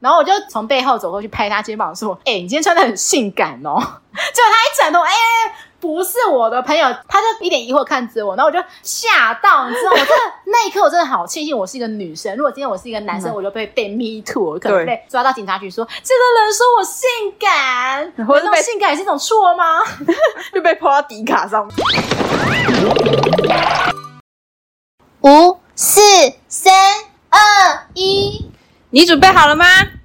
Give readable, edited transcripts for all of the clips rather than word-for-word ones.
然后我就从背后走过去拍他肩膀说你今天穿得很性感哦。结果他一转头不是我的朋友，他就一脸疑惑看着我，然后我就吓到，你知道，我真的那一刻我真的好庆幸我是一个女生，如果今天我是一个男生，我就被 me too， 我可能被抓到警察局说这个人说我性感， 或者被性感是一种错吗？ 就被泼到迪卡上面。 5、4、3、2、1， 你准备好了吗？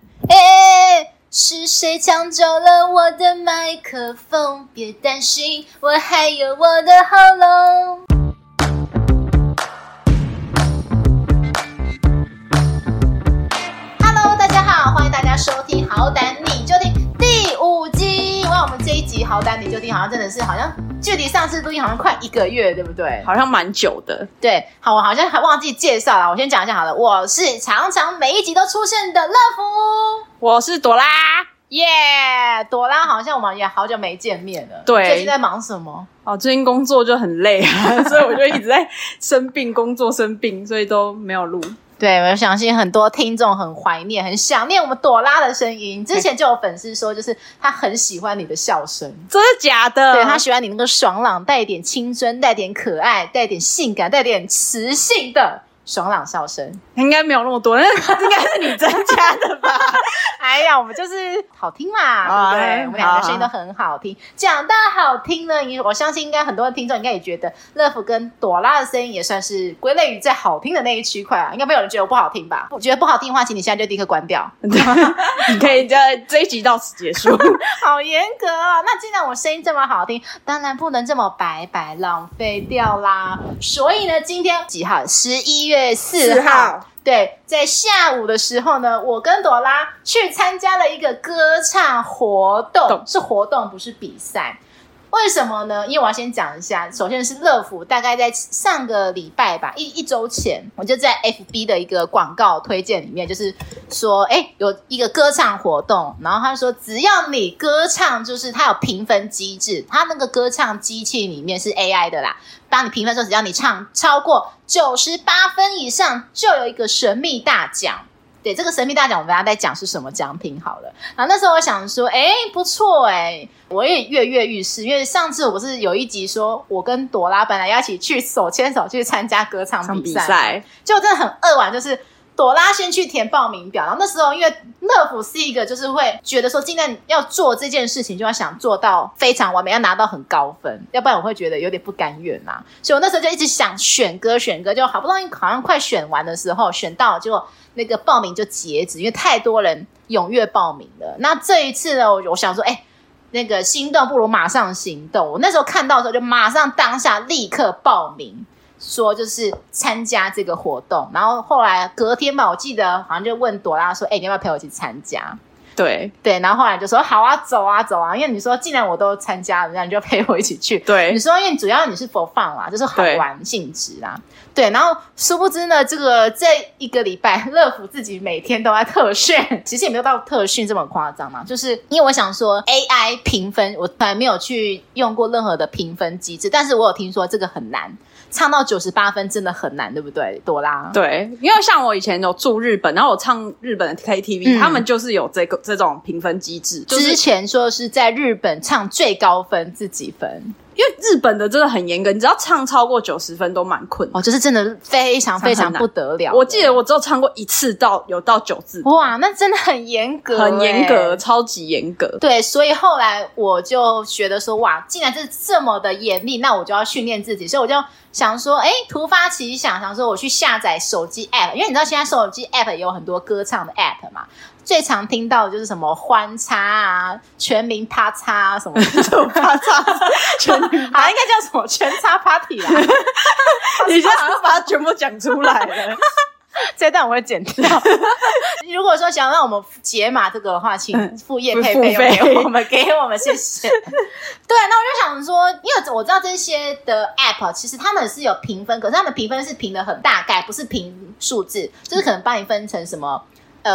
是谁抢走了我的麦克风？别担心，我还有我的喉咙。Hello， 大家好，欢迎大家收听《好胆你就听》第5集。哇，我们这一集《好胆你就听》好像真的是好像距离上次录音好像快1个月，对不对？ 好像蛮久的。 对，好，我好像还忘记介绍了，我先讲一下好了。我是常常每一集都出现的乐福， 我是朵拉。 朵拉好像我们也好久没见面了。 对， 最近在忙什么？ 最近工作就很累啊，所以我就一直在生病，工作生病，所以都没有录。 对，我相信很多听众很怀念、很想念我们朵拉的声音。之前就有粉丝说，就是他很喜欢你的笑声， 真的假的？ 对，他喜欢你那个爽朗、带一点青春、带点可爱、带点性感、带点磁性的爽朗笑声。 应该没有那么多，应该是你增加的吧？ 哎呀，我们就是好听嘛，对不对？我们两个声音都很好听。讲到好听呢，我相信应该很多的听众应该也觉得乐福跟朵拉的声音也算是归类于在好听的那一区块啊。应该没有人觉得我不好听吧？我觉得不好听的话，请你现在就立刻关掉。 你可以在这一集到此结束。 好严格哦。那既然我声音这么好听，当然不能这么白白浪费掉啦。所以呢，今天几号？11月4号。对，在下午的时候呢，我跟朵拉去参加了一个歌唱活动，是活动不是比赛。为什么呢？因为我要先讲一下，首先是乐福大概在上个礼拜吧，一周前，我就在 FB 的一个广告推荐里面，就是说，有一个歌唱活动，然后他说，只要你歌唱，就是他有评分机制，他那个歌唱机器里面是 AI 的啦，帮你评分说，只要你唱超过98分以上，就有一个神秘大奖。对，这个神秘大奖我们大家再讲是什么奖品好了。然后那时候我想说不错我也跃跃欲试，因为上次我不是有一集说我跟朵拉本来要一起去手牵手去参加歌唱比赛，结果真的很扼腕，就是朵拉先去填报名表，然后那时候因为乐福是一个就是会觉得说尽量要做这件事情就要想做到非常完美，要拿到很高分，要不然我会觉得有点不甘愿啊。所以我那时候就一直想选歌，就好不容易好像快选完的时候选到，结果那个报名就截止，因为太多人踊跃报名了。那这一次呢，我想说那个心动不如马上行动，我那时候看到的时候就马上当下立刻报名，说就是参加这个活动。然后后来隔天吧，我记得好像就问朵拉说你要不要陪我一起参加。对，然后后来就说好啊，走啊，因为你说既然我都参加了，那你就陪我一起去。对，你说因为主要你是 for fun 啦，就是好玩性质啦。对，然后殊不知呢，这一个礼拜乐福自己每天都在特训，其实也没有到特训这么夸张嘛，就是因为我想说 AI 评分，我本来没有去用过任何的评分机制，但是我有听说这个很难，唱到98分真的很难，对不对，朵拉？对， 因为像我以前有住日本，然后我唱日本的 KTV，他们就是有这种评分机制， 之前说是在日本唱最高分是几分？ 因为日本的真的很严格，你只要唱超过90分都蛮困难。 就是真的非常非常不得了。 我记得我只有唱过一次有到9字。 哇，那真的很严格很严格，超级严格。 对，所以后来我就觉得说，哇，既然是这么的严厉，那我就要训练自己，所以我就想说突发奇想，想说我去下载手机 app， 因为你知道现在手机 app 也有很多歌唱的 app 嘛，最常听到的就是什么欢叉啊、全民啪叉啊什么啪叉好像应该叫什么全叉 party 啦你现在好像把它全部讲出来了这段我会剪掉如果说想让我们解码这个的话，请付业配费给我们谢谢对，那我就想说，因为我知道这些的 app 其实他们是有评分，可是他们评分是评的很大概，不是评数字，就是可能帮你分成什么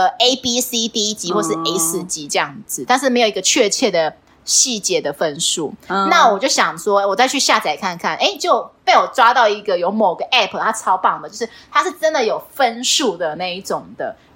A、B、C、D 级或是 A4 级这样子，但是没有一个确切的细节的分数。那我就想说我再去下载看看，就被我抓到一个有某个 app 它超棒的，就是它是真的有分数的那一种的，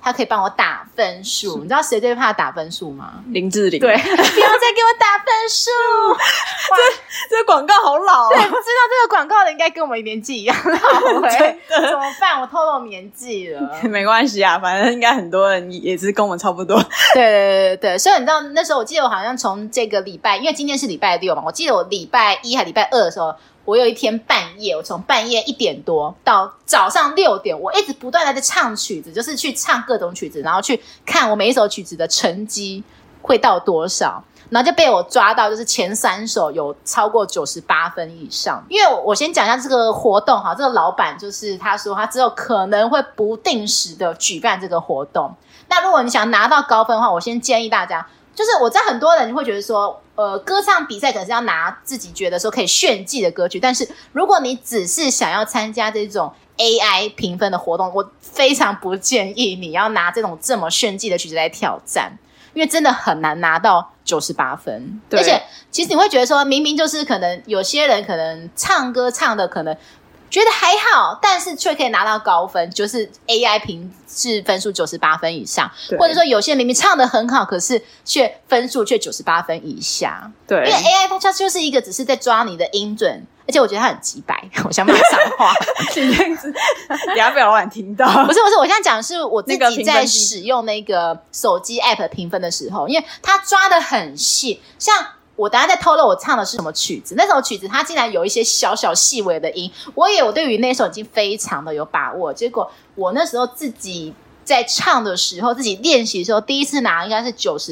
他可以帮我打分数。你知道谁最怕打分数吗？ 林志玲。 对，不要再给我打分数。 这广告好老。 对，不知道这个广告的应该跟我们年纪一样老欸。怎么办？我透露年纪了。 没关系啊，反正应该很多人也是跟我们差不多。 对，所以你知道那时候我记得我好像从这个礼拜，因为今天是礼拜6嘛，我记得我礼拜1还礼拜2的时候，我有一天半夜，我从半夜1点多到早上6点，我一直不断的在唱曲子，就是去唱各种曲子，然后去看我每一首曲子的成绩会到多少，然后就被我抓到，就是前3首有超过98分以上。因为我先讲一下这个活动哈，这个老板就是他说他之后可能会不定时的举办这个活动。那如果你想拿到高分的话，我先建议大家，就是我知道很多人会觉得说歌唱比赛可能是要拿自己觉得说可以炫技的歌曲，但是如果你只是想要参加这种 AI 评分的活动，我非常不建议你要拿这种这么炫技的曲子来挑战，因为真的很难拿到98分。而且其实你会觉得说明明就是可能有些人可能唱歌唱的可能觉得还好，但是却可以拿到高分，就是 AI 评是分数98分以上，或者说有些人明明唱得很好，可是分数却98分以下。对，因为 AI 它就是一个只是在抓你的音准，而且我觉得它很鸡掰，我想骂脏话。 你这样子，等下被老板听到。 不是，我现在讲的是我自己在使用那个手机 App 评分的时候，因为它抓得很细，像我等一下再透露我唱的是什么曲子，那首曲子它竟然有一些小小细微的音，我对于那首已经非常的有把握，结果我那时候自己在唱的时候，自己练习的时候，第一次拿应该是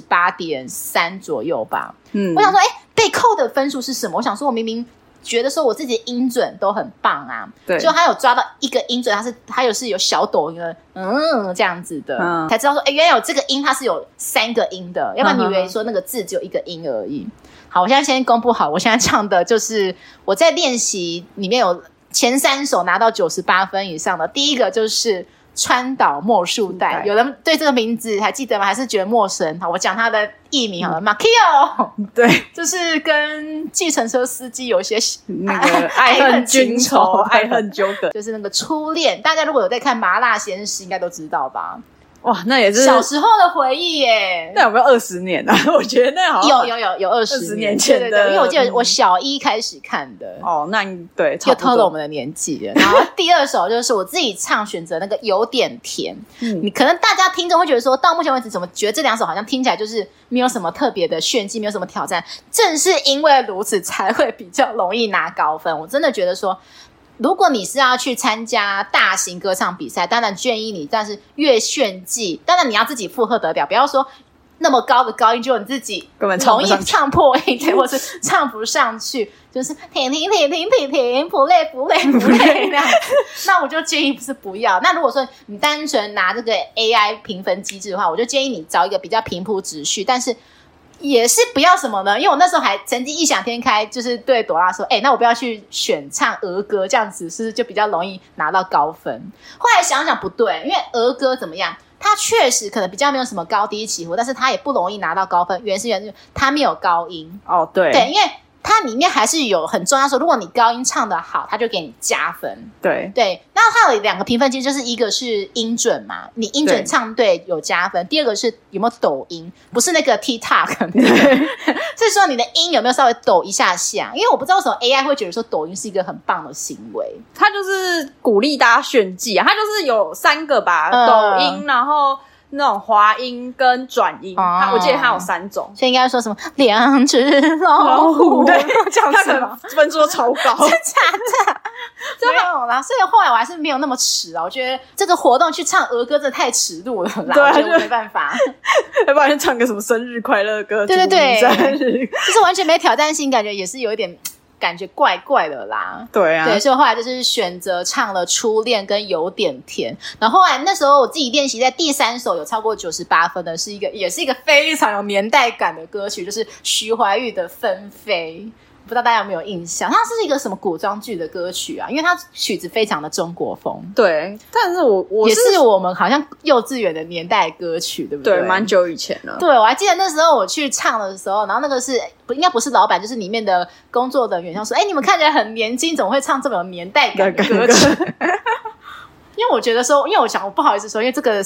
98.3左右吧。我想说被扣的分数是什么？我想说我明明觉得说我自己的音准都很棒啊，对，就他有抓到一个音准，他是有小抖音的，这样子的，才知道说原来有这个音它是有3个音的，要不然你以为说那个字只有1个音而已。好，我现在先公布好，我现在唱的就是我在练习里面有前3首拿到98分以上的，第一个就是川岛茉树代，有人对这个名字还记得吗？还是觉得陌生？好，我讲他的艺名好了，Makio， 对，就是跟计程车司机有一些那个爱恨情仇、爱恨纠葛， 就是那个初恋。大家如果有在看《麻辣鲜师》，应该都知道吧？ 哇，那也是小时候的回忆耶。 那有没有20年啊？我觉得那好像有20 年前的， 对，因为我记得我小1开始看的。 哦，那对， 又透露我们的年纪了。然后第2首就是我自己唱，选择那个有点甜。你可能大家听众会觉得说，到目前为止怎么觉得这2首好像听起来就是没有什么特别的炫技，没有什么挑战。正是因为如此，才会比较容易拿高分。我真的觉得说，如果你是要去参加大型歌唱比赛，当然建议你，但是越炫技，当然你要自己负荷得了，不要说那么高的高音就你自己容易唱破音，或是唱不上去，就是停不累那样子。那我就建议是不要。那如果说你单纯拿这个 AI 评分机制的话，我就建议你找一个比较平铺直叙，但是也是不要什么呢？因为我那时候还曾经异想天开，就是对朵拉说：“那我不要去选唱儿歌，这样子是不是就比较容易拿到高分？”后来想想不对，因为儿歌怎么样？它确实可能比较没有什么高低起伏，但是它也不容易拿到高分。原因它没有高音哦，对， 因为它里面还是有很重要说，如果你高音唱得好，它就给你加分。对，那它有2个评分机制，就是一个是音准嘛，你音准唱对有加分；第2个是有没有抖音，不是那个 TikTok， 是说你的音有没有稍微抖一下下。因为我不知道为什么 AI 会觉得说抖音是一个很棒的行为， 它就是鼓励大家炫技啊，它就是有3个吧，抖音，然后那种滑音跟转音，我记得它有3种， 所以应该说什么2只老虎， 对，这样子吗？分数都超高， 真假的？没有啦，所以后来我还是没有那么耻啊。我觉得这个活动去唱儿歌真的太耻辱了啦，对，我觉得我没办法。 要不然唱个什么生日快乐歌， 对，就是完全没挑战性，感觉也是有一点。感觉怪怪的啦， 对啊， 对，所以后来就是选择唱了初恋跟有点甜，然后后来那时候我自己练习在第3首有超过98分的，也是一个非常有年代感的歌曲，就是徐怀钰的《纷飞》。不知道大家有没有印象？它是一个什么古装剧的歌曲啊？因为它曲子非常的中国风。 对，但是我也是我们好像幼稚园的年代歌曲，对不对？ 对，蛮久以前了。 对，我还记得那时候我去唱的时候，然后那个应该不是老板，就是里面的工作人员，他说：“你们看起来很年轻，怎么会唱这么有年代感的歌曲？”因为我觉得说，因为我想我不好意思说，因为这个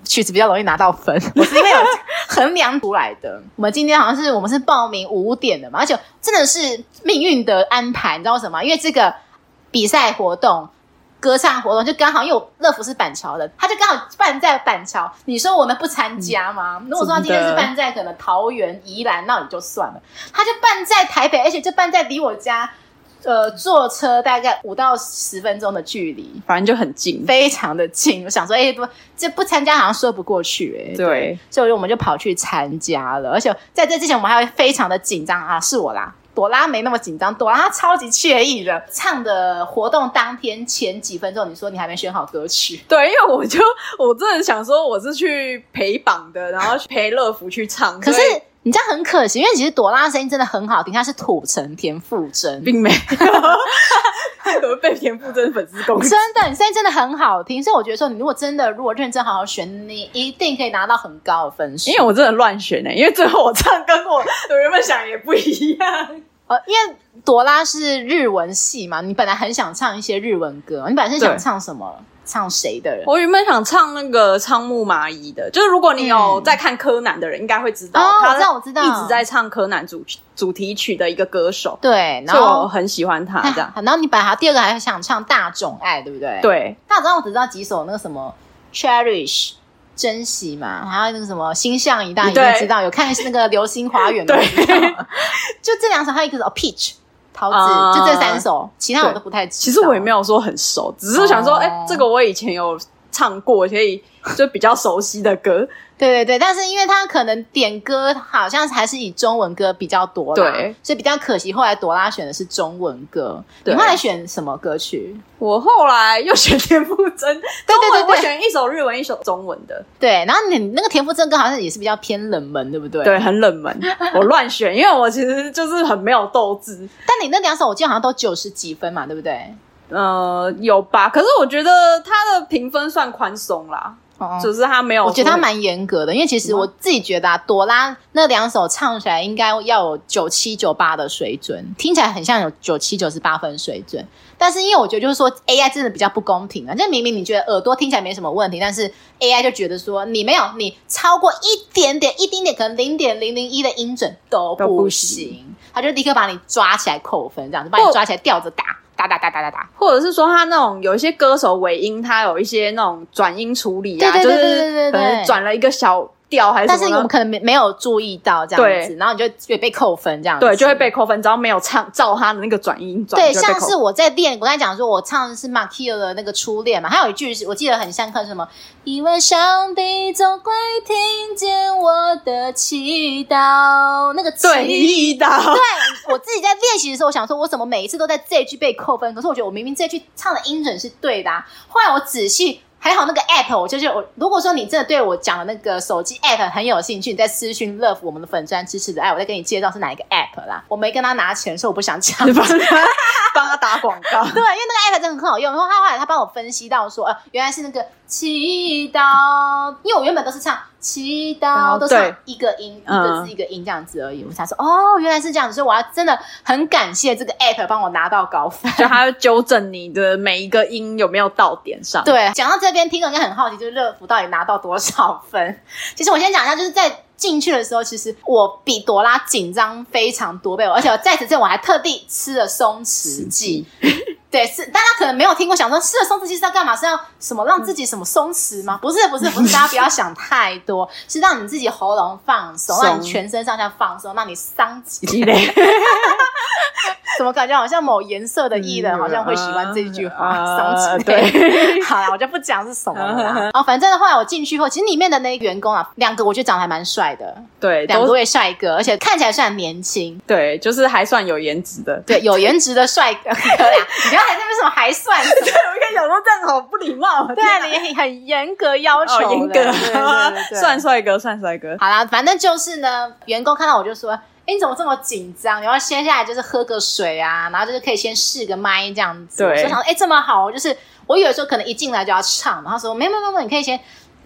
曲子比较容易拿到分，我是因为有衡量出来的。我们今天好像我们是报名5点的嘛，而且真的是命运的安排，你知道为什么吗？因为这个比赛活动歌唱活动就刚好，因为乐福是板桥的，他就刚好办在板桥。你说我们不参加吗？如果说他今天是办在可能桃园、宜兰，那也就算了。他就办在台北，而且就办在离我家坐车大概5到10分钟的距离， 反正就很近， 非常的近。我想说，这不参加好像说不过去， 对， 所以我们就跑去参加了。而且在这之前，我们还会非常的紧张啊，是我啦。朵拉没那么紧张，朵拉超级惬意的。唱的活动当天前几分钟，你说你还没选好歌曲？ 对，因为我真的想说我是去陪榜的，然后陪乐福去唱。 可是你这样很可惜，因为其实朵拉声音真的很好听，她是土城田馥甄， 并没有被田馥甄粉丝攻击。 真的，你声音真的很好听，所以我觉得说你如果认真好好选，你一定可以拿到很高的分数。 因为我真的乱选因为最后我唱跟我原本想也不一样。 因为朵拉是日文系嘛，你本来很想唱一些日文歌，你本来是想唱什么？唱谁的人？ 我原本想唱那个仓木麻衣的，就是如果你有在看柯南的人，应该会知道， 我知道， 一直在唱柯南主题曲的一个歌手。 对， 然后我很喜欢他这样。 然后你本来第二个还想唱大众爱，对不对？ 对， 大众爱我只知道几首，那个什么 Cherish。珍惜嘛，还有那个什么星象一大，你知道有看那个流星花园的，对，就这2首，还有一个是Peach 桃子，就这3首，其他我都不太知道。 其实我也没有说很熟，只是想说，这个我以前有唱过，所以就比较熟悉的歌。 对，但是因为他可能点歌好像还是以中文歌比较多啦，对，所以比较可惜。后来朵拉选的是中文歌，你后来选什么歌曲？ 我后来又选田馥甄，对，我选1首日文，1首中文的。 对，然后你那个田馥甄歌好像也是比较偏冷门，对不对？ 对，很冷门，我乱选，因为我其实就是很没有斗志。 但你那2首我记得好像都90几分嘛，对不对？ 有吧，可是我觉得他的评分算宽松啦。就是他没有， 我觉得他蛮严格的，因为其实我自己觉得朵拉那2首唱起来应该要有97、98的水准，听起来很像有97、98分水准。但是因为我觉得就是说 AI 真的比较不公平啊，就明明你觉得耳朵听起来没什么问题，但是 AI 就觉得说你没有，你超过一丁点，可能0.001的音准都不行，他就立刻把你抓起来扣分，这样子把你抓起来吊着打。打， 或者是说他那种有一些歌手尾音，他有一些那种转音处理啊， 对， 可能转了一个小调还是什么， 但是我们可能没有注意到这样子，然后你就被扣分这样子， 对，就会被扣分，只要没有照他的那个转音转， 对，像是我在讲说我唱的是 Makio 的那个初恋嘛，还有一句我记得很像，看什么，因为上帝总会听见我的祈祷，那个祈祷，对，我自己在练习的时候，我想说我怎么每一次都在这一句被扣分，可是我觉得我明明这句唱的音准是对的啊，后来我仔细。还好那个 app 我如果说你真的对我讲的那个手机 app 很有兴趣，你在私讯 love 我们的粉专支持的爱，我再跟你介绍是哪一个 app 啦。我没跟他拿钱，所以我不想讲。 帮他打广告。 对，因为那个 app 真的很好用。然后后来他帮我分析到说，原来是那个祈祷，因为我原本都是唱祈祷，都唱一个音，一个字一个音这样子而已。我才说原来是这样子，所以我要真的很感谢这个 app 帮我拿到高分， 就他会纠正你的每一个音有没有到点上。 对，讲到这边，听众应该很好奇，就是乐福到底拿到多少分？其实我先讲一下，就是在进去的时候，其实我比朵拉紧张非常多倍，而且在此之前我还特地吃了松弛剂。对，是大家可能没有听过，想说吃了松弛剂是要干嘛？是要什么让自己什么松弛吗？不是，大家不要想太多，是让你自己喉咙放松，让你全身上下放松，让你伤积累。怎么感觉好像某颜色的艺人好像会喜欢这句话？伤积累。对，好啦，我就不讲是什么了啦。反正后来我进去后，其实里面的那个员工啊，2个我觉得长得还蛮帅的，对，2位帅哥，而且看起来算年轻， 对，就是还算有颜值的， 对，有颜值的帅哥呀。你不要还在那边什么还算什么？ 对，我跟你讲说这样好不礼貌。 对啊，你很严格要求， 严格，对，算帅哥。好啦，反正就是呢，员工看到我就说。你怎么这么紧张？你要先下来就是喝个水啊，然后就是可以先试个麦这样子。对，所以想说这么好，就是我以为说可能一进来就要唱，然后说没有，你可以先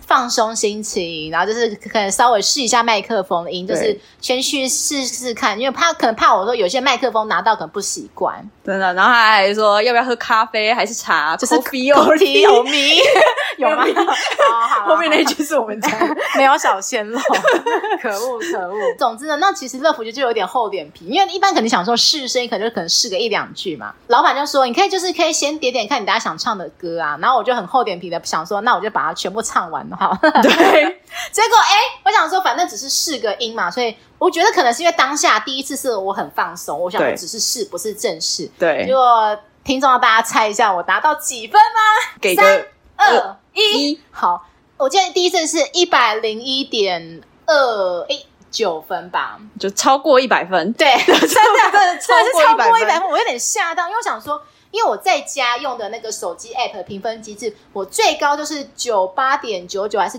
放松心情，然后就是可能稍微试一下麦克风的音，就是先去试试看，因为可能怕我说有些麦克风拿到可能不习惯， 真的。然后他还说要不要喝咖啡还是茶， 就是 coffee or tea 有迷有吗？好， 后面那一句是我们讲没有小鲜肉，可恶。总之呢，那其实乐福就有点厚脸皮，因为一般可能想说试声音，可能试个1-2句嘛。老板就说你可以先点点看你大家想唱的歌啊，然后我就很厚脸皮的想说，那我就把它全部唱完了好。 对， 结果我想说反正只是试个音嘛，所以我觉得可能是因为当下第一次是我很放松，我想我只是试不是正式。 对， 结果听众要大家猜一下我拿到几分吗？ 给个 3、2、1，好，我记得第一次是101.219分吧， 就超过100分。 对，真的超过100分， 我有点吓到，因为我想说，因为我在家用的那个手机 app 评分机制，我最高就是98.99还是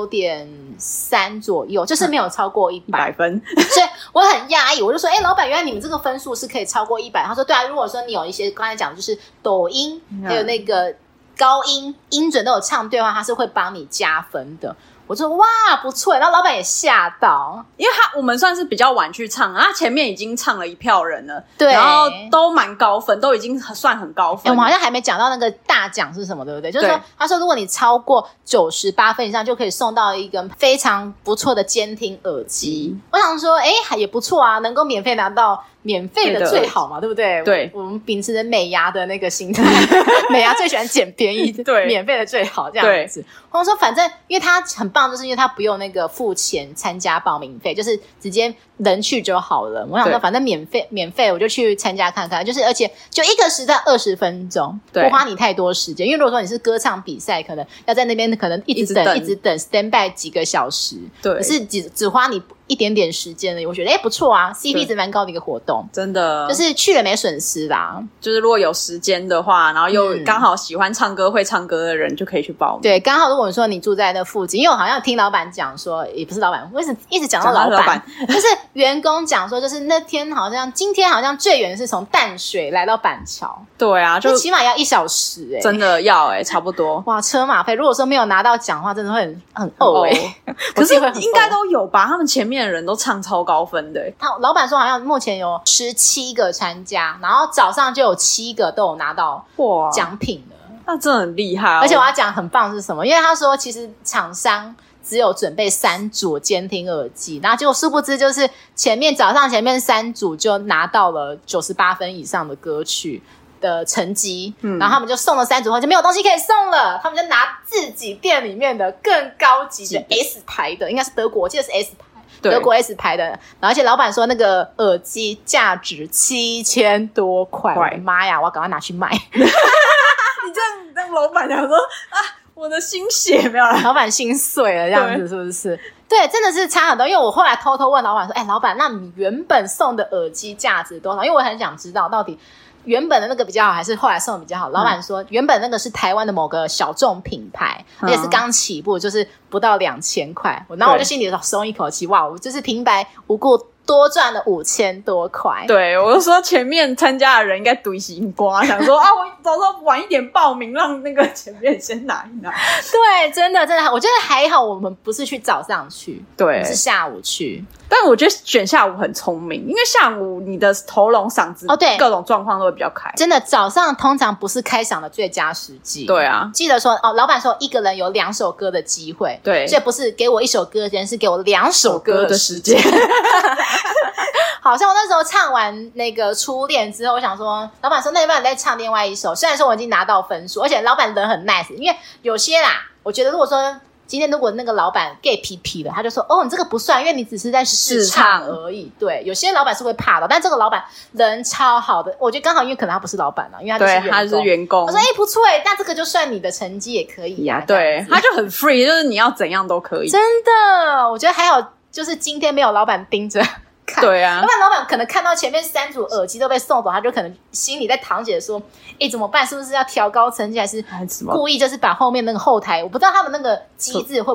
99.3左右，就是没有超过100 分， 所以我很讶异，我就说，老板，原来你们这个分数是可以超过100。他说，对啊，如果说你有一些刚才讲的就是抖音，还有那个高音音准都有唱对的话，他是会帮你加分的。我就说哇不错，然后老板也吓到， 因为我们算是比较晚去唱，他前面已经唱了一票人了， 对， 然后都蛮高分，都已经算很高分。 我们好像还没讲到那个大奖是什么，对不对？就是说，他说如果你超过98分以上，就可以送到一个非常不错的监听耳机。我想说，也不错啊，能够免费拿到。免费的最好嘛，对不对？ 对， 我们秉持着美牙的那个心态，美牙最喜欢捡便宜，对，免费的最好这样子。我说反正因为他很棒，就是因为他不用那个付钱参加报名费，就是直接人去就好了。我想说反正免费我就去参加看看，就是而且就一个时段20分钟，不花你太多时间。因为如果说你是歌唱比赛，可能要在那边可能一直等 stand by 几个小时，对，可是只花你一点点时间而已，我觉得不错啊 ，CP 值蛮高的一个活动， 真的， 就是去了没损失啦。 就是如果有时间的话，然后又刚好喜欢唱歌、会唱歌的人，就可以去报名。 对，刚好如果说你住在那附近，因为我好像听老板讲说，也不是老板，我一直讲到老板，就是员工讲说，就是那天今天好像最远是从淡水来到板桥。对啊，就起码要1小时真的要差不多。 哇，车马费如果说没有拿到奖的话，真的会很可是应该都有吧？他们前面的人都唱超高分的。 老板说好像目前有17个参加，然后早上就有7个都有拿到奖品了。 那真的很厉害而且我要讲很棒是什么？因为他说其实厂商只有准备3组监听耳机，然后结果殊不知就是早上前面3组就拿到了98分以上的歌曲的成绩，然后他们就送了3组后就没有东西可以送了，他们就拿自己店里面的更高级的 S 牌的，应该是德国，我记得是 S 牌，德国 S 牌的，然后而且老板说那个耳机价值7000多块，我的妈呀，我要赶快拿去卖。 你这样让老板讲说啊，我的心血没有了， 老板心碎了，这样子是不是？对，真的是差很多。因为我后来偷偷问老板说，老板，那你原本送的耳机价值多少？因为我很想知道到底原本的那个比较好还是后来送的比较好。老板说原本那个是台湾的某个小众品牌，而且是刚起步，就是不到2000块。然后我就心里松一口气，哇，我就是平白无故多赚了5000多块。 对，我就说前面参加的人应该堆心瓜，想说啊，我早知道晚一点报名，让那个前面先拿一拿。 对，真的，我觉得还好，我们不是去早上去，对，是下午去。 但我觉得选下午很聪明，因为下午你的喉咙、嗓子对各种状况都会比较开。 真的，早上通常不是开嗓的最佳时机。 对啊， 记得说老板说一个人有2首歌的机会， 对， 所以不是给我1首歌的时间，是给我2首歌的时间。好像我那时候唱完那个初恋之后，我想说，老板说那要不然你再唱另外1首？虽然说我已经拿到分数，而且老板人很 nice， 因为有些啦，我觉得如果说今天如果那个老板 gay 皮皮的，他就说你这个不算，因为你只是在试唱而已。对，有些老板是会怕的，但这个老板人超好的，我觉得刚好因为可能他不是老板因为他是员工。 我说不错但这个就算你的成绩也可以啊。 对，他就很 free， 就是你要怎样都可以。 真的，我觉得还好，就是今天没有老板盯着看。 对啊， 要不然老板可能看到前面3组耳机都被送走，他就可能心里在淌血说怎么办，是不是要调高成绩，还是故意就是把后面那个后台，我不知道他们那个机制会不会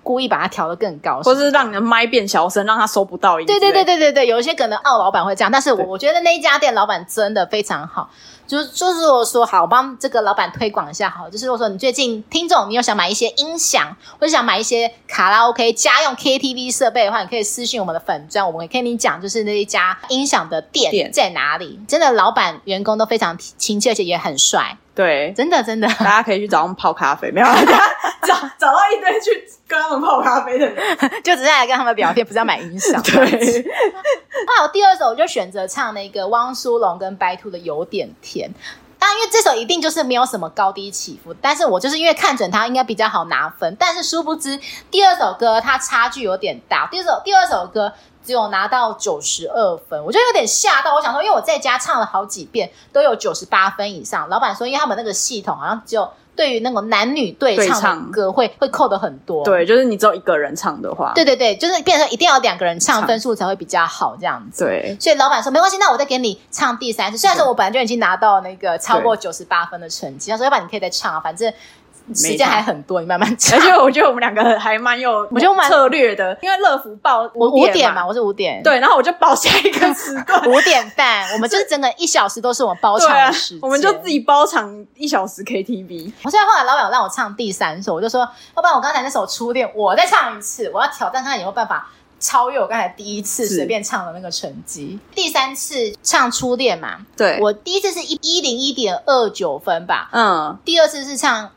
故意把它调得更高， 或是让你的麦变小声，让他收不到音。 对，有一些可能澳老板会这样，但是我觉得那一家店老板真的非常好。就是我说好，我帮这个老板推广一下好，就是我说你最近听众你有想买一些音响，或者想买一些卡拉 OK 家用 KTV 设备的话，你可以私讯我们的粉专，我们也可以跟你讲就是那一家音响的店在哪里。真的老板员工都非常亲切，而且也很帅。 对， 真的大家可以去找他们泡咖啡，没有找到一堆去跟他们泡咖啡的人就只是来跟他们聊天，不是要买音响。 对， 还有第二首我就选择唱那个汪苏泷跟白兔的有点甜。当然因为这首一定就是没有什么高低起伏，但是我就是因为看准它应该比较好拿分，但是殊不知第二首歌它差距有点大，第二首歌只有拿到92分，我就有点吓到。我想说因为我在家唱了好几遍都有98分以上，老板说因为他们那个系统好像只有对于那种男女对唱的歌会扣的很多。 对，就是你只有一个人唱的话， 对，就是变成一定要2个人唱分数才会比较好这样子。 对， 所以老板说没关系，那我再给你唱第3次。虽然说我本来就已经拿到那个超过98分的成绩，他说要不然你可以再唱啊，反正时间还很多，你慢慢唱。 而且我觉得我们2个还蛮有策略的，因为乐福报我5点嘛，我是5点， 对，然后我就包下一个时段 5点半，我们就是整个1小时都是我们包场的时间， 我们就自己包场1小时 KTV。 我现在后来老板有让我唱第3首，我就说要不然我刚才那首初恋我再唱一次，我要挑战看有没有办法超越我刚才第一次随便唱的那个成绩。第3次唱初恋嘛， 对， 我第一次是101.29分吧，第二次是唱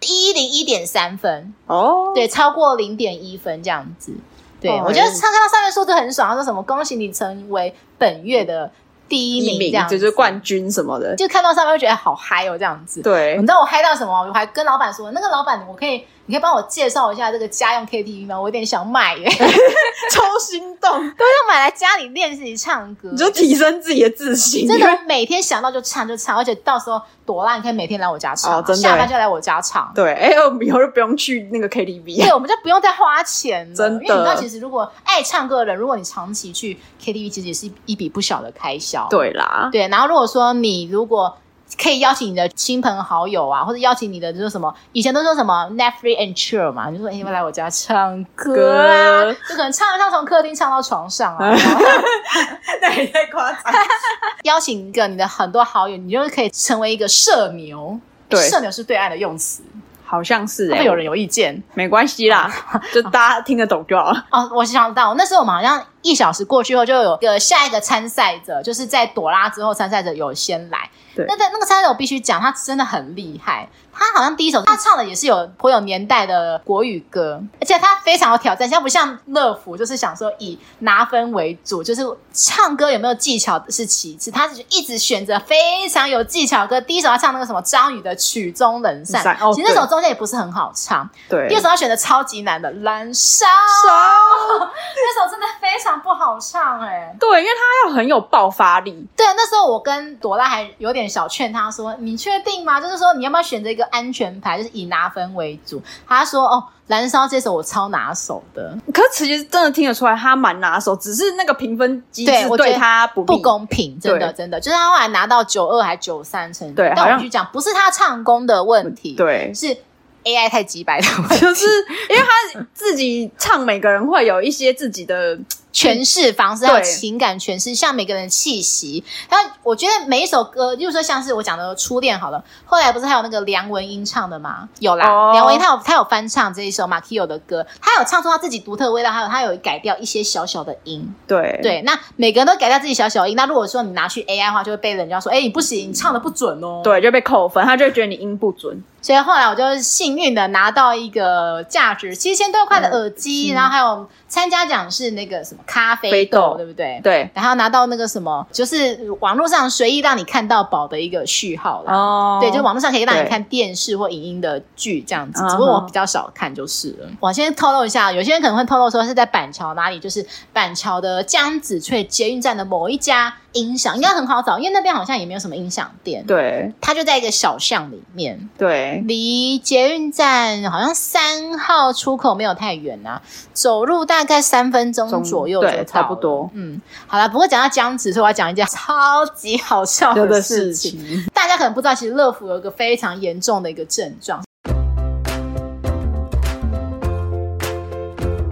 101.3分，对，超过0.1分这样子。对，我觉得看到上面数字很爽，他说什么恭喜你成为本月的第1名这样子， 就是冠军什么的， 就看到上面会觉得好嗨哦这样子。 对， 你知道我嗨到什么？我还跟老板说，那个老板你可以帮我介绍一下这个家用 KTV 吗？我有点想买耶超心动， 都要买来家里练习唱歌， 你就提升自己的自信。 真的每天想到就唱，而且到时候朵拉你可以每天来我家唱，真的下班就来我家唱。 对，我以后就不用去那个 KTV， 对，我们就不用再花钱了。 真的， 因为你知道其实如果爱唱歌的人，如果你长期去 KTV 其实也是一笔不小的开销。 对啦， 对，然后如果说你如果可以邀请你的亲朋好友啊，或者邀请你的就是什么，以前都说什么 Netflix and chill 嘛，你就说要不要来我家唱歌啊，就可能唱从客厅唱到床上啊那也太夸张邀请一个你的很多好友，你就可以成为一个社牛。对，社牛是对岸的用词， 好像是会有人有意见， 没关系啦就大家听得懂就好了。 我想到那时候我们好像1小时过去后就有个下一个参赛者，就是在朵拉之后参赛者有先来。对，那个参赛者我必须讲他真的很厉害，他好像第一首他唱的也是颇有年代的国语歌，而且他非常有挑战性，不像乐福就是想说以拿分为主，就是唱歌有没有技巧是其次，他是一直选择非常有技巧的歌。第一首他唱那个什么张宇的曲终人散，其实那首中间也不是很好唱。对，第二首他选的超级难的燃烧那首真的非常不好唱对，因为他要很有爆发力。 对，那时候我跟朵拉还有点小劝他说你确定吗，就是说你要不要选择一个安全牌，就是以拿分为主。他说燃烧这首我超拿手的， 可是其实真的听得出来他蛮拿手，只是那个评分机制对他不公平，真的就是他后来拿到92还93成绩。对，但我必须讲不是他唱功的问题，对，是AI 太鸡掰的问题， 就是因为他自己唱每个人会有一些自己的诠释方式，还有情感诠释，像每个人的气息。然后我觉得每一首歌，例如说像是我讲的初恋好了，后来不是还有那个梁文音唱的吗？有啦，梁文音他有翻唱这一首马 Kio 的歌，他有唱出他自己独特的味道，还有他有改掉一些小小的音。对，那每个人都改掉自己小小的音，那如果说你拿去 AI 的话，就会被人家说你不行，你唱的不准哦。 对，就被扣分，他就会觉得你音不准。 所以后来我就幸运的拿到一个价值7000多块的耳机，然后还有参加奖是那个什么咖啡豆，对不对？ 对， 然后拿到那个什么，就是网络上随意让你看到宝的一个序号啦。对，就网络上可以让你看电视或影音的剧这样子，只不过我比较少看就是了。我先透露一下，有些人可能会透露说是在板桥哪里，就是板桥的江子翠捷运站的某一家音响，应该很好找，因为那边好像也没有什么音响店。对，它就在一个小巷里面。对，离捷运站好像3号出口没有太远啊，走路大概3分钟左右就到了。对， 差不多。 好啦，不过讲到江子，所以我要讲一件超级好笑的事情。大家可能不知道，其实乐福有一个非常严重的一个症状。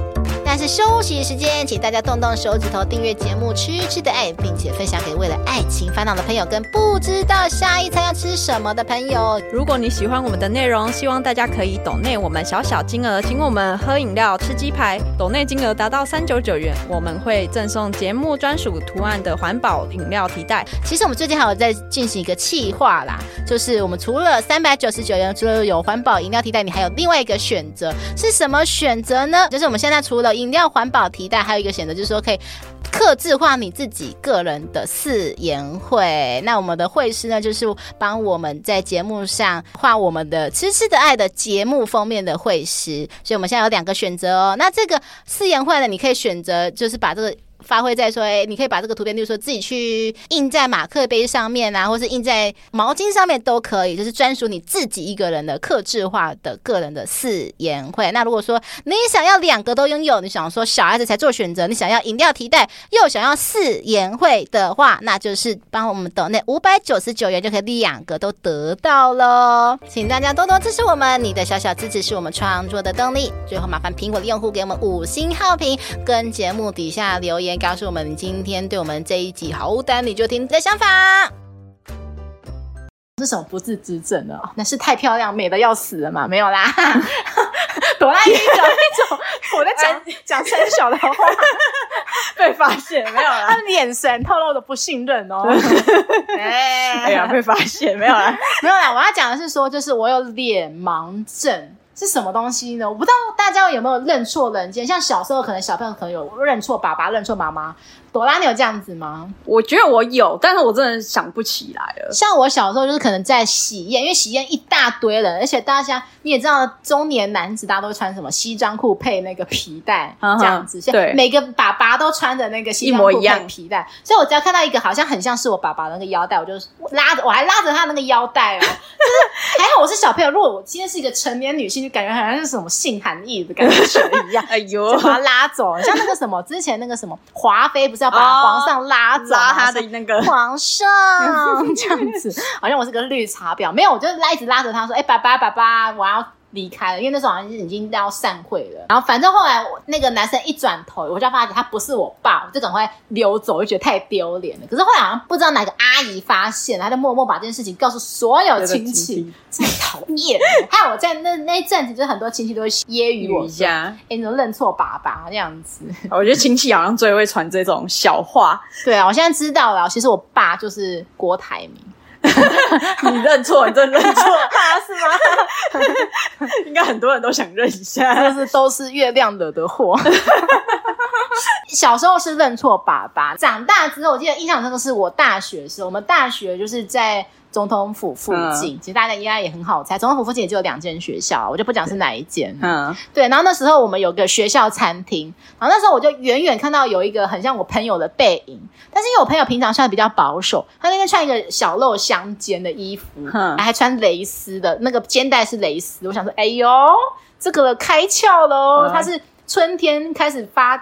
休息时间，请大家动动手指头订阅节目《吃吃的爱》，并且分享给为了爱情烦恼的朋友跟不知道下一餐要吃什么的朋友。 如果你喜欢我们的内容，希望大家可以抖内我们小小金额，请我们喝饮料吃鸡排，抖内金额达到399元，我们会赠送节目专属图案的环保饮料提袋。 其实我们最近还有在进行一个企划啦，就是我们除了399元，除了有环保饮料提袋，你还有另外一个选择，是什么选择呢？就是我们现在除了饮料环保提袋，还有一个选择就是说可以客制化你自己个人的4言会。那我们的会师呢，就是帮我们在节目上画我们的吃吃的爱的节目封面的会师，所以我们现在有2个选择哦。那这个4言会呢，你可以选择就是把这个发挥在说，你可以把这个图片，例如说自己去印在马克杯上面啊，或是印在毛巾上面都可以，就是专属你自己一个人的客制化的个人的4言会。那如果说你想要2个都拥有，你想说小孩子才做选择，你想要饮料提袋又想要4言会的话，那就是帮我们抖内599元就可以2个都得到咯。请大家多多支持我们，你的小小支持是我们创作的动力。最后麻烦苹果的用户给我们5星好评，跟节目底下留言告诉我们你今天对我们这一集好无单你就听的想法。是什么不治之症呢？那是太漂亮美的要死了嘛？没有啦。朵拉一种我在讲三小的话被发现没有啦， 他的眼神透露的不信任哦。 哎呀，被发现没有啦， 没有啦。我要讲的是说，就是我有脸盲症。是什么东西呢？我不知道大家有没有认错人间，像小时候可能小朋友可能有认错爸爸认错妈妈。朵拉你有这样子吗？ 我觉得我有，但是我真的想不起来了。 像我小时候就是可能在喜宴，因为喜宴一大堆人，而且大家你也知道中年男子大家都会穿什么西装裤配那个皮带这样子， 对， 每个爸爸都穿着那个西装裤配皮带，所以我只要看到一个好像很像是我爸爸的那个腰带，我就拉着，我还拉着他那个腰带哦，就是还好我是小朋友，如果我今天是一个成年女性，就感觉好像是什么性含义的感觉一样， 哎呦， 就把他拉走，像那个什么之前那个什么华妃不是要把皇上拉走， 拉他的那个皇上这样子，好像我是个绿茶婊，没有，我就一直拉着他说，爸爸，我要离开了，因为那时候好像已经要散会了。然后反正后来那个男生一转头，我就发觉他不是我爸，我就赶快溜走，我就觉得太丢脸了。可是后来好像不知道哪个阿姨发现了，他就默默把这件事情告诉所有亲戚，真讨厌。还有我在那一阵子，就是很多亲戚都会揶揄我说，你怎么认错爸爸这样子？ 我觉得亲戚好像最会传这种小话。 对啊，我现在知道了，其实我爸就是郭台铭。 你认错，你真认错是吗？应该很多人都想认一下， 就是都是月亮惹的祸。小时候是认错爸爸，长大之后我记得印象深刻是我大学的时候，我们大学就是在总统府附近，其实大家应该也很好猜，总统府附近也就有2间学校，我就不讲是哪一间。对，然后那时候我们有个学校餐厅，然后那时候我就远远看到有一个很像我朋友的背影，但是因为我朋友平常穿的比较保守，他那天穿一个小露香肩的衣服，还穿蕾丝的，那个肩带是蕾丝，我想说，哎呦，这个开窍咯，他是春天开始发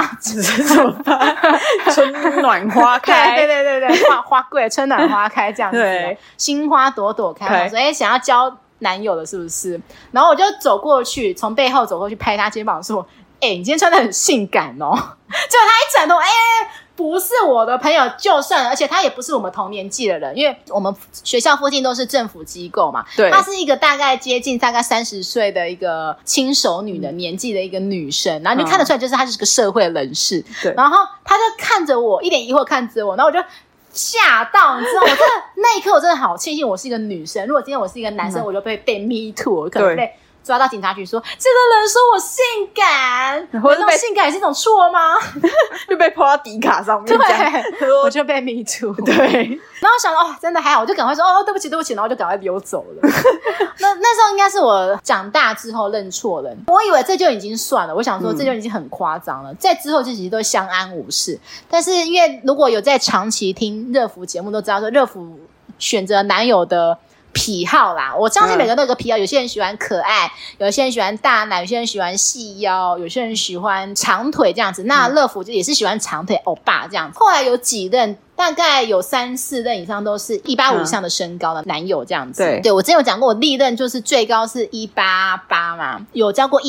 春暖花开， 对，花贵，春暖花开这样子，对，心花朵朵开。我说，想要交男友了是不是？然后我就走过去，从背后走过去拍他肩膀说，你今天穿得很性感哦。结果他一转头，不是我的朋友，就算了，而且他也不是我们同年纪的人，因为我们学校附近都是政府机构嘛。对，她是一个大概接近大概30岁的一个轻熟女的年纪的一个女生，然后你看得出来就是她是个社会人士。对，然后她就看着我，一脸疑惑看着我，然后我就吓到，你知道，我真的那一刻我真的好庆幸我是一个女生，如果今天我是一个男生，我就被 me too， 我可能被抓到警察局说，这个人说我性感，我那种性感也是一种错吗？ 就被泼到迪卡上面， 对，我就被 me too。对，然后想到真的还好，我就赶快说对不起，然后就赶快溜走了。那时候应该是我长大之后认错人，我以为这就已经算了，我想说这就已经很夸张了，在之后就其实都相安无事。但是因为如果有在长期听热芙节目都知道说，热芙选择男友的癖好啦，我相信每个人都有个癖好，有些人喜欢可爱，有些人喜欢大奶，有些人喜欢细腰，有些人喜欢长腿这样子。那乐福就也是喜欢长腿欧巴这样子。后来有几任，大概有3-4任以上都是185以上的身高的男友这样子。对，我之前有讲过，我历任就是最高是188嘛，有交过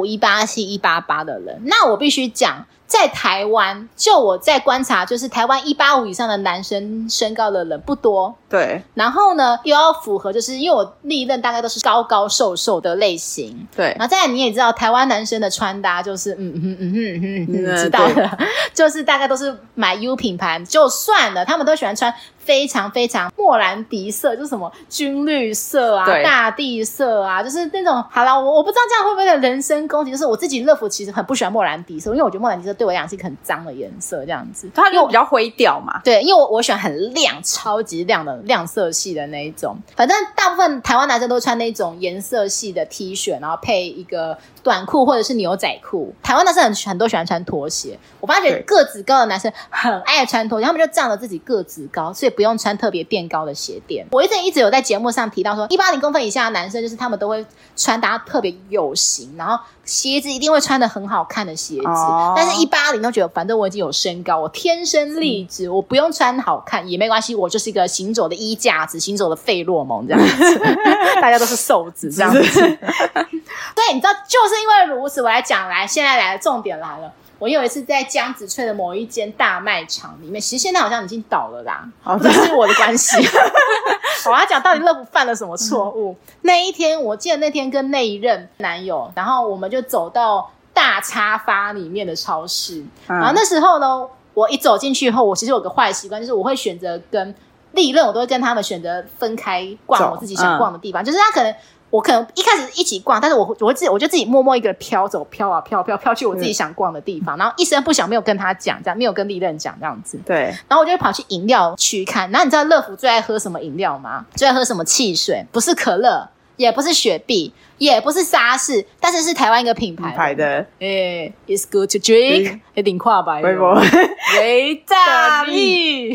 185、187、188的人。那我必须讲，在台湾，就我在观察，就是台湾185以上的男生身高的人不多。 对， 然后呢，又要符合，就是因为我历任大概都是高高瘦瘦的类型。 对， 然后再来你也知道，台湾男生的穿搭就是知道的，就是大概都是买 U 品牌就算了，他们都喜欢穿非常非常莫兰迪色，就是什么军绿色啊、大地色啊，就是那种。好啦，我不知道这样会不会有人身攻击，就是我自己乐福其实很不喜欢莫兰迪色，因为我觉得莫兰迪色对我来讲是一个很脏的颜色，这样子。 它就比较灰调嘛。 对，因为我喜欢很亮、超级亮的亮色系的那一种。反正大部分台湾男生都穿那种颜色系的 T 恤，然后配一个短裤或者是牛仔裤。台湾男生很多喜欢穿拖鞋，我发觉个子高的男生很爱穿拖鞋，他们就仗着自己个子高，所以不用穿特别垫高的鞋垫。我一直有在节目上提到说，180公分以下的男生就是他们都会穿搭特别有型，然后鞋子一定会穿得很好看的鞋子。但是180都觉得反正我已经有身高，我天生丽质，我不用穿好看也没关系，我就是一个行走的衣架子，行走的费洛蒙这样子大家都是瘦子这样子对，你知道就是因为如此，我来讲，现在来重点来了。我有一次在江子翠的某一间大卖场里面，其实现在好像已经倒了啦，这是我的关系我要讲到底乐福犯了什么错误。那一天我记得那天跟那一任男友，然后我们就走到大叉发里面的超市，然后那时候呢，我一走进去后，我其实有个坏习惯，就是我会选择跟历任我都会跟他们选择分开逛我自己想逛的地方，就是我可能一开始一起逛，但是我就自己默默一个人飘走，飘啊飘去我自己想逛的地方，然后一声不响没有跟他讲，这样没有跟历任讲这样子。对，然后我就会跑去饮料区看。然后你知道乐福最爱喝什么饮料吗？最爱喝什么汽水？不是可乐，也不是雪碧，也不是沙士，但是是台湾一个品牌的It's good to drink 领跨白维大利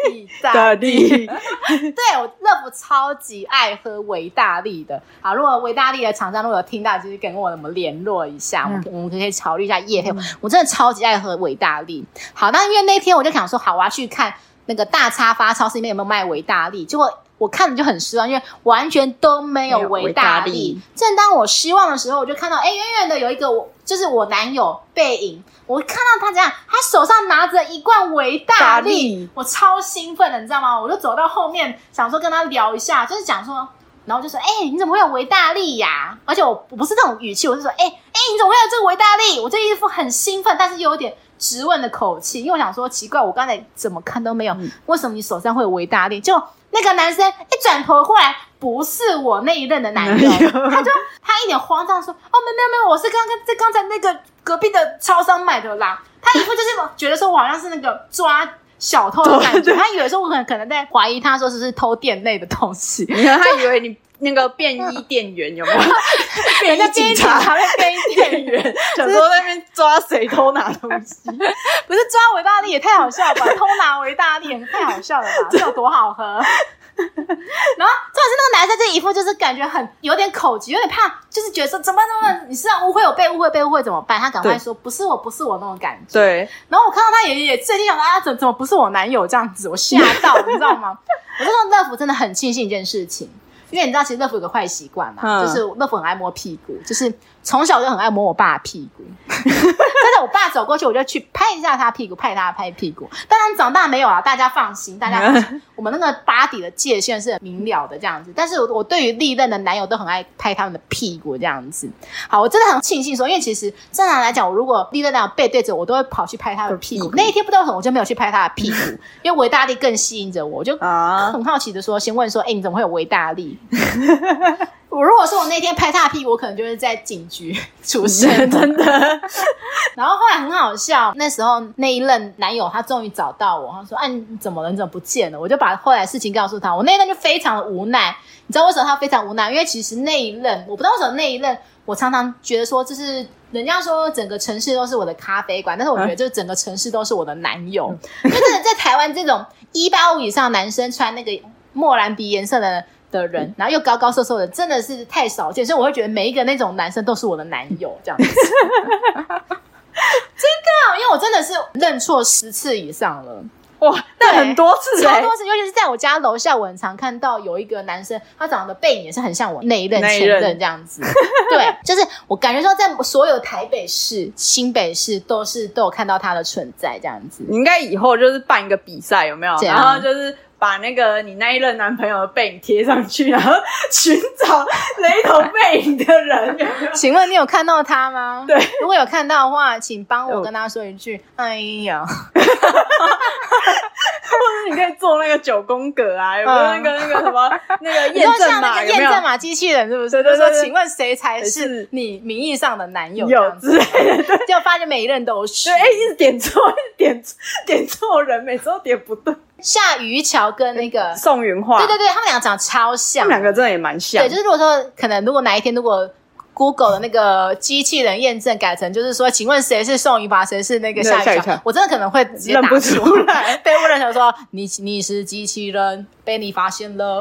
对，我乐福超级爱喝维大利的。好，如果维大利的厂商如果有听到，就是跟我们联络一下，我们可以考虑一下业配。我真的超级爱喝维大利。好，那因为那天我就想说，好，我要去看那个大叉发超市里面有没有卖维大利，结果我看了就很失望，因为完全都没有维大利。正当我失望的时候，我就看到远远的有一个就是我男友背影，我看到他这样，他手上拿着一罐维大利，我超兴奋的，你知道吗？我就走到后面想说跟他聊一下，就是讲说，然后就说你怎么会有维大利呀？而且我不是这种语气，我是说你怎么会有这个维大利？我这一副很兴奋，但是又有点质问的口气，因为我想说奇怪，我刚才怎么看都没有，为什么你手上会有维大利？就那个男生一转头过来，不是我那一任的男友，他一脸慌张说：“没有，我是刚才那个隔壁的超商买的啦。”他一副就是觉得说我好像是那个抓小偷的感觉，他以为说我可能在怀疑他说是偷店内的东西， 他以为你那个便衣店员有没有？ 人家便衣警察在便衣店员， 想说那边抓谁偷拿东西， 不是抓维大利也太好笑了吧？偷拿维大利也太好笑了吧？这有多好喝？然后重点是那个男生这一副就是感觉有点口急，有点怕，就是觉得说怎么你是要误会我被误会怎么办？他赶快说不是我那种感觉。对，然后我看到他也最近想到怎么不是我男友这样子，我吓到你知道吗？我就说乐福真的很庆幸一件事情。因为你知道其实乐福有个坏习惯嘛，就是乐福很爱摸屁股，就是从小就很爱摸我爸的屁股但是我爸走过去我就去拍一下他屁股，拍屁股。当然长大没有啦，大家放心，我们那个body的界限是很明了的这样子。但是我对于历任的男友都很爱拍他们的屁股这样子。好，我真的很庆幸说，因为其实正常来讲，我如果历任男友背对着我，都会跑去拍他的屁股。那一天不知道为什么我就没有去拍他的屁股因为维大利更吸引着我，就很好奇的说，先问说你怎么会有维大利如果说我那天拍他的屁股，我可能就是在警局出现真的然后后来很好笑，那时候那一任男友他终于找到我，他说你怎么了，你怎么不见了？我就把后来事情告诉他。我那一任就非常的无奈，你知道为什么他非常无奈？因为其实那一任我不知道为什么那一任我常常觉得说，就是人家说整个城市都是我的咖啡馆，但是我觉得就整个城市都是我的男友因为真的在台湾这种185以上的男生穿那个莫兰迪颜色的的人，然后又高高瘦瘦的，真的是太少见，所以我会觉得每一个那种男生都是我的男友这样子。真的，因为我真的是认错10次以上了。 哇，那很多次超多次，尤其是在我家楼下，我很常看到有一个男生，他长得背影也是很像我那一任前任这样子。对，就是我感觉说，在所有台北市、新北市都有看到他的存在这样子。 你应该以后就是办一个比赛，有没有？然后就是把那个你那一任男朋友的背影贴上去，然后寻找雷同背影的人。有没有？ 请问你有看到他吗？ 对， 如果有看到的话，请帮我跟他说一句：“哎呀。” 或者你可以做那个9宫格啊，有没有那个什么那个验证码？ 有没有验证码机器人是不是？就是说，请问谁才是你名义上的男友？ 有之类的， 就发现每一任都是。 对，一直点错，点错人，每次都点不对。 夏于乔跟那个宋云桦， 对，他们俩长得超像， 他们两个真的也蛮像。 对，就是如果说可能，如果哪一天如果 Google 的那个机器人验证改成就是说，请问谁是宋云桦，谁是那个夏于乔，我真的可能会直接打出来，被误认成说你是机器人，被你发现了。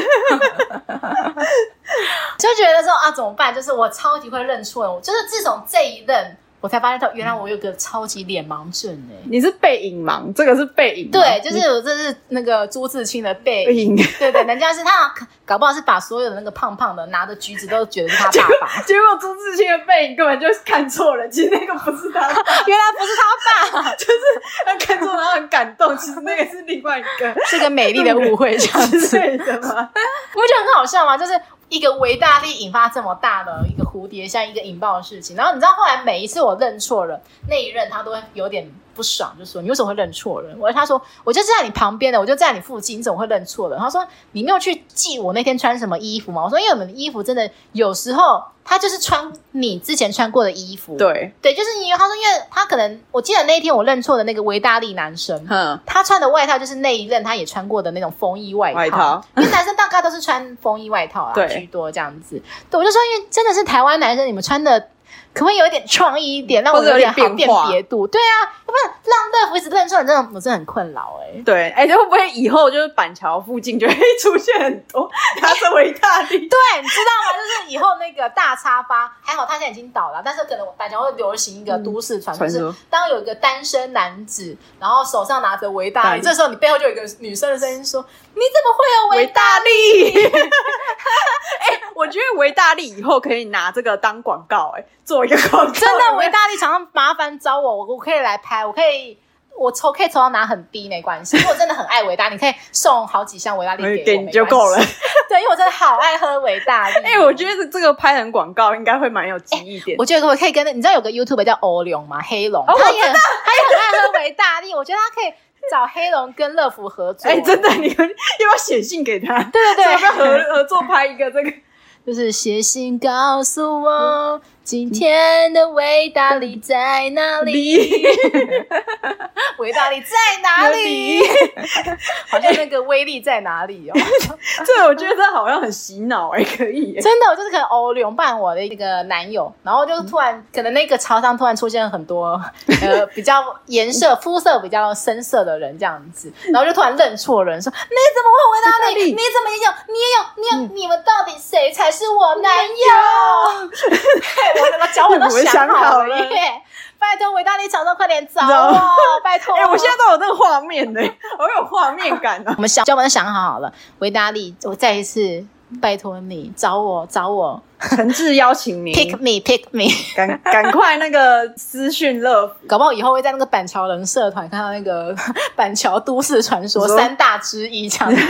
就觉得说啊，怎么办？就是我超级会认错，就是自从这一任。我才发现原来我有个超级脸盲症你是背影盲，这个是背影盲。 对，就是我这是那个朱自清的背影。对，人家是他搞不好是把所有的那个胖胖的拿着橘子都觉得是他爸爸， 结果朱自清的背影根本就看错了，其实那个不是他爸， 原来不是他爸， 就是他看错然后很感动，其实那个是另外一个， 是个美丽的误会这样子的吗？ 你不觉得很好笑吗？就是一个维大利引发这么大的一个蝴蝶像一个引爆的事情，然后你知道后来每一次我认错了那一任，他都会有点不爽，就说你为什么会认错人？他说我就在你旁边的，我就在你附近，你怎么会认错人？他说你没有去记我那天穿什么衣服吗？我说因为我们的衣服真的有时候他就是穿你之前穿过的衣服。 对， 就是他说因为他可能我记得那一天我认错的那个维大利男生，他穿的外套就是那一任他也穿过的那种风衣外套，因为男生大概都是穿风衣外套啦居多这样子。对，我就说因为真的是台湾男生，你们穿的可不可以有一点创意一点，让我有点好辨别度？对啊，要不然让乐福一直认错人，我真的很困扰对，会不会以后就是板桥附近就会出现很多拿着维大利？对， 你知道吗？就是以后那个大插发，还好他现在已经倒了，但是可能板桥会流行一个都市传说，就是当有一个单身男子，然后手上拿着维大利，这时候你背后就有一个女生的声音说：“你怎么会有维大利？” 我觉得维大利以后可以拿这个当广告，做一个广告。 真的，维大利常常麻烦找我可以来拍，我可以抽到拿很低没关系。如果真的很爱维大利，你可以送好几箱维大利给我， 你就够了。 对，因为我真的好爱喝维大利。 我觉得这个拍成广告应该会蛮有记忆点。 我觉得我可以跟你知道有个 YouTuber 叫欧龙吗？黑龙，他也很爱喝维大利。我觉得他可以找黑龙跟乐福合作。 真的，你要不要写信给他？ 对， 要不要合作拍一个这个？ 就是写信告诉我今天的维大利在哪里？维大利在哪里？好像那个威力在哪里哦？ 这我觉得好像很洗脑可以真的，我就是可能欧龙扮我的一个男友，然后就突然可能那个潮上突然出现很多比较肤色比较深色的人这样子，然后就突然认错人，说你怎么会维大利？你怎么也有？你有？你们到底谁才是我男友？我脚本都想好了耶！拜托维大利厂商快点找我，拜托！ 我现在都有那个画面我有画面感我们脚本都想好了，维大利，我再一次拜托你找我， 诚挚邀请你 pick me， 赶快那个私讯乐福， 搞不好以后会在那个板桥人社团看到那个板桥都市传说3大之一这样子。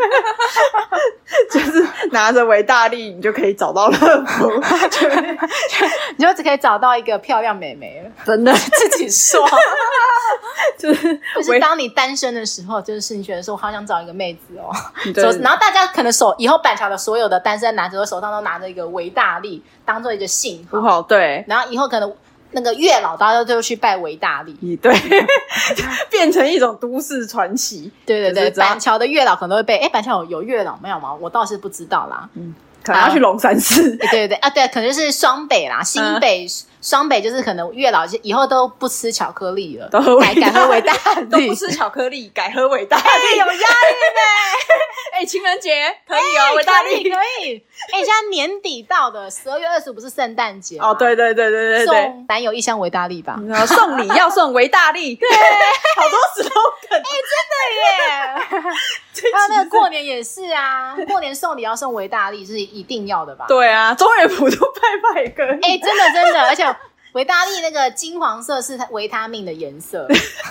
就是拿着维大利你就可以找到乐福， 你就只可以找到一个漂亮妹妹了， 真的自己说。 就是当你单身的时候，就是你觉得说我好想找一个妹子哦，然后大家可能以后板桥的所有的单身男子手上都拿着一个维大利当做一个信号， 对， 然后以后可能那个月老大家都去拜维大利， 对，变成一种都市传奇。 对，板桥的月老可能都会被板桥有月老没有吗？我倒是不知道啦。 可能要去龙山寺。 对，可能就是双北啦，新北双北就是可能月老以后都不吃巧克力了，改喝维大利， 都不吃巧克力，改喝维大利， 有压力呢。 情人节可以哦，维大利可以。现在年底到的12月25不是圣诞节哦？对， 送男友一箱维大利吧。 然后送礼要送维大利，对，好多slogan， 真的耶。还有那个过年也是啊，过年送礼要送维大利是一定要的吧？ 对啊，中原普渡拜拜可以。 真的，而且维大利那个金黄色是维他命的颜色。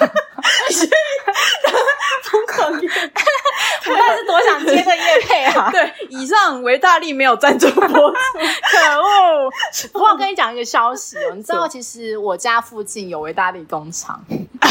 疯狂业配， 我到底是多想接这业配啊？ 对，以上维大利没有赞助播出，可恶！不过我跟你讲一个消息哦，你知道其实我家附近有维大利工厂，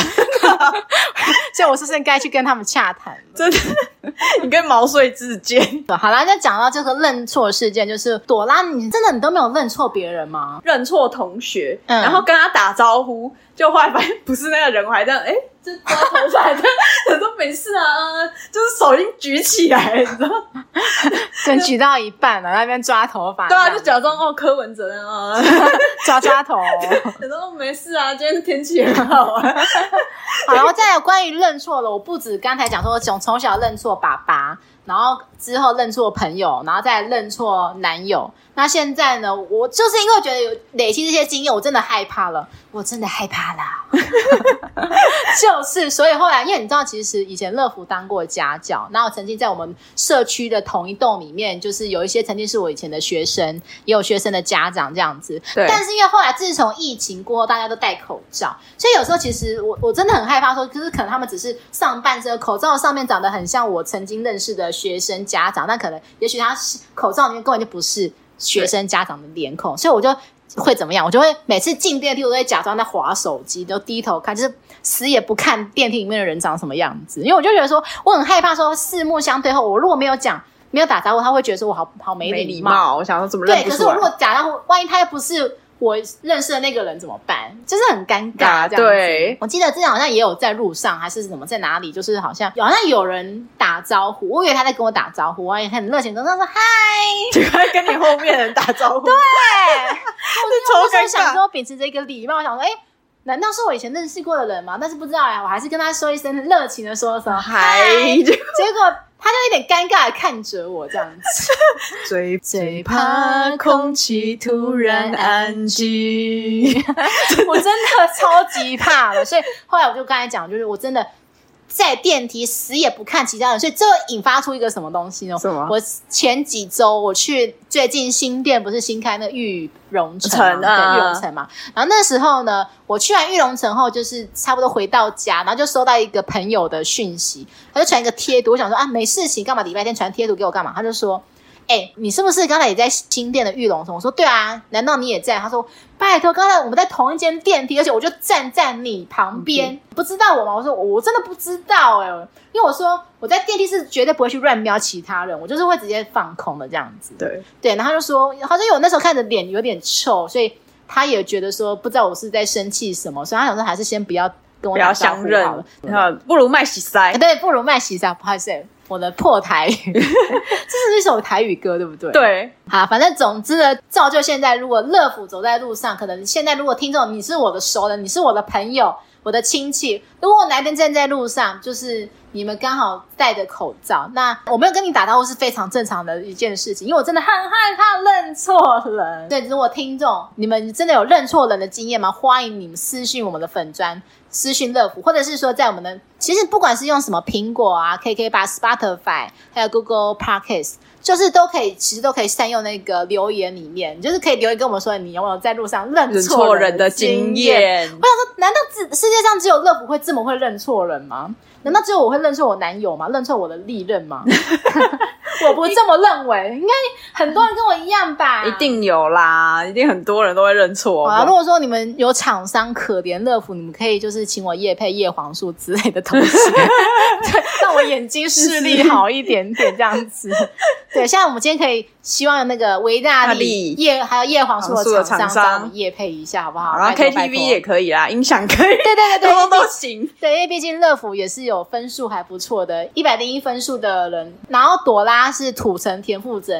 所以我是不是该去跟他们洽谈？ 真的，你跟毛遂自荐。 好啦，那讲到这个认错事件，就是朵拉，你真的你都没有认错别人吗？ 认错同学，然后跟他打招呼，就后来发现不是那个人，我还这样就抓头发，我说没事啊，就是手已经举起来了，你知道吗？ 真举到一半了，那边抓头发。 对啊，就假装柯文哲啊， 抓头。 我说没事啊，今天天气很好啊。 好，然后再有关于认错了，我不止刚才讲说从小认错爸爸，然后之后认错朋友，然后再认错男友。那现在呢，我就是因为觉得有累积这些经验，我真的害怕了，我真的害怕啦。就是所以后来，因为你知道其实以前乐福当过家教，然后曾经在我们社区的同一栋里面，就是有一些曾经是我以前的学生，也有学生的家长这样子。 对。 但是因为后来自从疫情过后，大家都戴口罩，所以有时候其实我真的很害怕说，就是可能他们只是上半身口罩上面长得很像我曾经认识的学生家长，但可能也许他口罩里面根本就不是学生家长的脸孔，所以我就会怎么样？我就会每次进电梯，我都会假装在滑手机，就低头看，就是死也不看电梯里面的人长什么样子。因为我就觉得说，我很害怕说四目相对后，我如果没有讲、没有打招呼，他会觉得说我好没礼貌。 我想说怎么认不出来？ 对，可是我如果打招呼，万一他又不是我认识的那个人怎么办？就是很尴尬这样子。 对， 我记得之前好像也有在路上还是什么在哪里，就是好像有人打招呼，我以为他在跟我打招呼，我也很热情跟他说嗨， 就在跟你后面的人打招呼。 对， 我那时候想说秉持着一个礼貌，我想说难道是我以前认识过的人吗？但是不知道我还是跟他说一声热情的说嗨，结果他就有点尴尬的看着我这样子，最怕空气突然安静。我真的超级怕了，所以后来我就刚才讲，就是我真的在电梯死也不看其他人，所以这会引发出一个什么东西呢？ 什么？ 我前几周我去最近新店不是新开那个玉龙城嘛，对，玉龙城嘛。然后那时候呢，我去完玉龙城后，就是差不多回到家，然后就收到一个朋友的讯息，他就传一个贴图，我想说没事情，干嘛礼拜天传贴图给我干嘛？他就说你是不是刚才也在新店的玉龙城？我说对啊，难道你也在？他说拜托，刚才我们在同一间电梯，而且我就站在你旁边，不知道我吗？我说我真的不知道因为我说我在电梯是绝对不会去乱瞄其他人，我就是会直接放空的这样子。对，然后他就说好像因为我那时候看着脸有点臭，所以他也觉得说不知道我是在生气什么，所以他想说还是先不要跟我打招呼好了， 不如卖洗塞。 对，不如卖洗塞，不好意思。我的破台语，这是一首台语歌，对不对？ 对， 好，反正总之呢，造就现在，如果乐福走在路上，可能现在如果听众你是我的熟人，你是我的朋友，我的亲戚，如果我哪天站在路上，就是你们刚好戴着口罩，那我没有跟你打招呼是非常正常的一件事情，因为我真的很害怕认错人。对，如果听众你们真的有认错人的经验吗？欢迎你们私讯我们的粉专，私讯乐福，或者是说在我们的其实不管是用什么苹果啊、KK8、Spotify 还有 Google Podcast， 就是其实都可以善用那个留言里面，就是可以留言跟我们说你有没有在路上认错人的经验。我想说，难道世界上只有乐福会这么会认错人吗？难道只有我会认错我男友吗？认错我的历任吗？我不这么认为，应该很多人跟我一样吧？ 一定有啦，一定很多人都会认错。 如果说你们有厂商可怜乐福，你们可以就是请我业配叶黄素之类的东西，对，让我眼睛视力好一点点这样子。对，现在我们今天可以希望有那个维大利还有叶黄素的厂商帮我们业配一下好不好？ 然后 KTV 也可以啦，音响可以， 对， 都行。 对，因为毕竟乐福也是有分数还不错的，101分数的人。然后朵拉是土城田馥甄，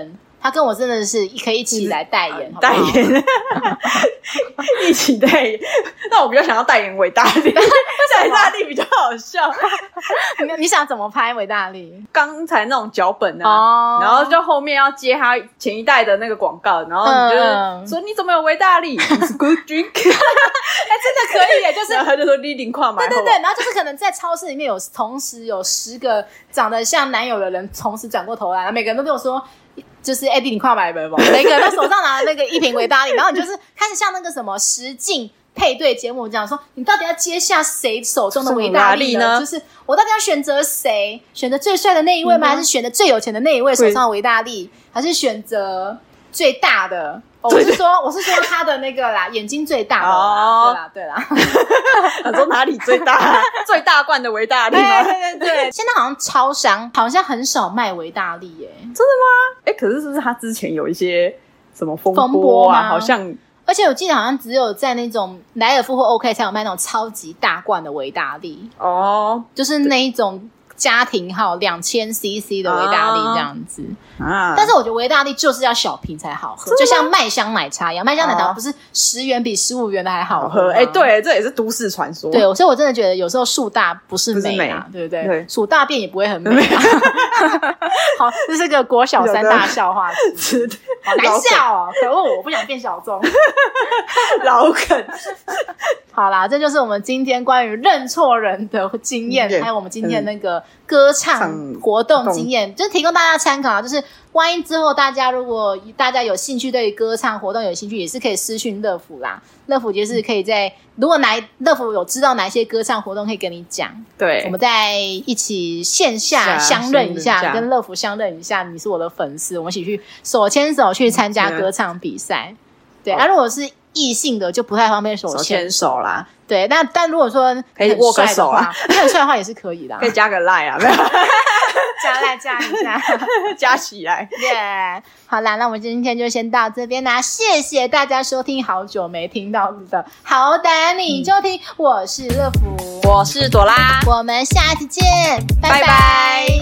他跟我真的是可以一起来代言，好不代好？ 言，一起代言。那我比较想要代言伟大力，伟大力比较好笑。 你想怎么拍伟大力？ 刚才那种脚本啊，然后就后面要接他前一代的那个广告，然后你就是说你怎么有维大利 ？It's good drink， 真的可以耶，就是然后他就说你领跨买， 对，然后就是可能在超市里面同时有10个长得像男友的人同时转过头来，然后每个人都跟我说。就是弟你快买吧，每个人都手上拿那个一瓶维大利，然后你就是开始像那个什么实境配对节目这样说，你到底要接下谁手中的维大利呢？就是我到底要选择谁？选择最帅的那一位吗？还是选择最有钱的那一位手上的维大利？还是选择最大的？我是说他的那个啦，眼睛最大的啦，对啦。 他说哪里最大？最大罐的维大利吗？ 对。现在好像超商好像很少卖维大利耶， 真的吗？可是是不是他之前有一些什么风波啊？好像， 而且我记得好像只有在那种莱尔富或 OK 才有卖那种超级大罐的维大利哦，就是那一种。家庭号2000cc 的维大利这样子但是我觉得维大利就是要小瓶才好喝，就像麦香奶茶一样，麦香奶茶不是10元比15元的还好喝对，这也是都市传说。 对，所以我真的觉得有时候树大不是美啊，对不对？对，数大便也不会很美啊。好，这是个国小3大笑话之一，好难笑哦！可恶，我不想变小众。 老梗。 好啦，这就是我们今天关于认错人的经验，还有我们今天那个歌唱活动经验，就是提供大家参考啊。就是万一之后如果大家有兴趣，对歌唱活动有兴趣，也是可以私讯乐福啦。乐福就是可以如果乐福有知道哪些歌唱活动，可以跟你讲。对，我们再一起线下相认一下，跟乐福相认一下。你是我的粉丝，我们一起去手牵手去参加歌唱比赛。对，如果是异性的就不太方便手牵手啦。对，但如果说可以握个手啊， 很帅的话也是可以的， 可以加个 line 啊， 加一下， 加起来。 耶，好啦，那我们今天就先到这边啦，谢谢大家收听，好久没听到的，好歹你就听，我是乐福， 我是朵拉， 我们下期见，拜拜。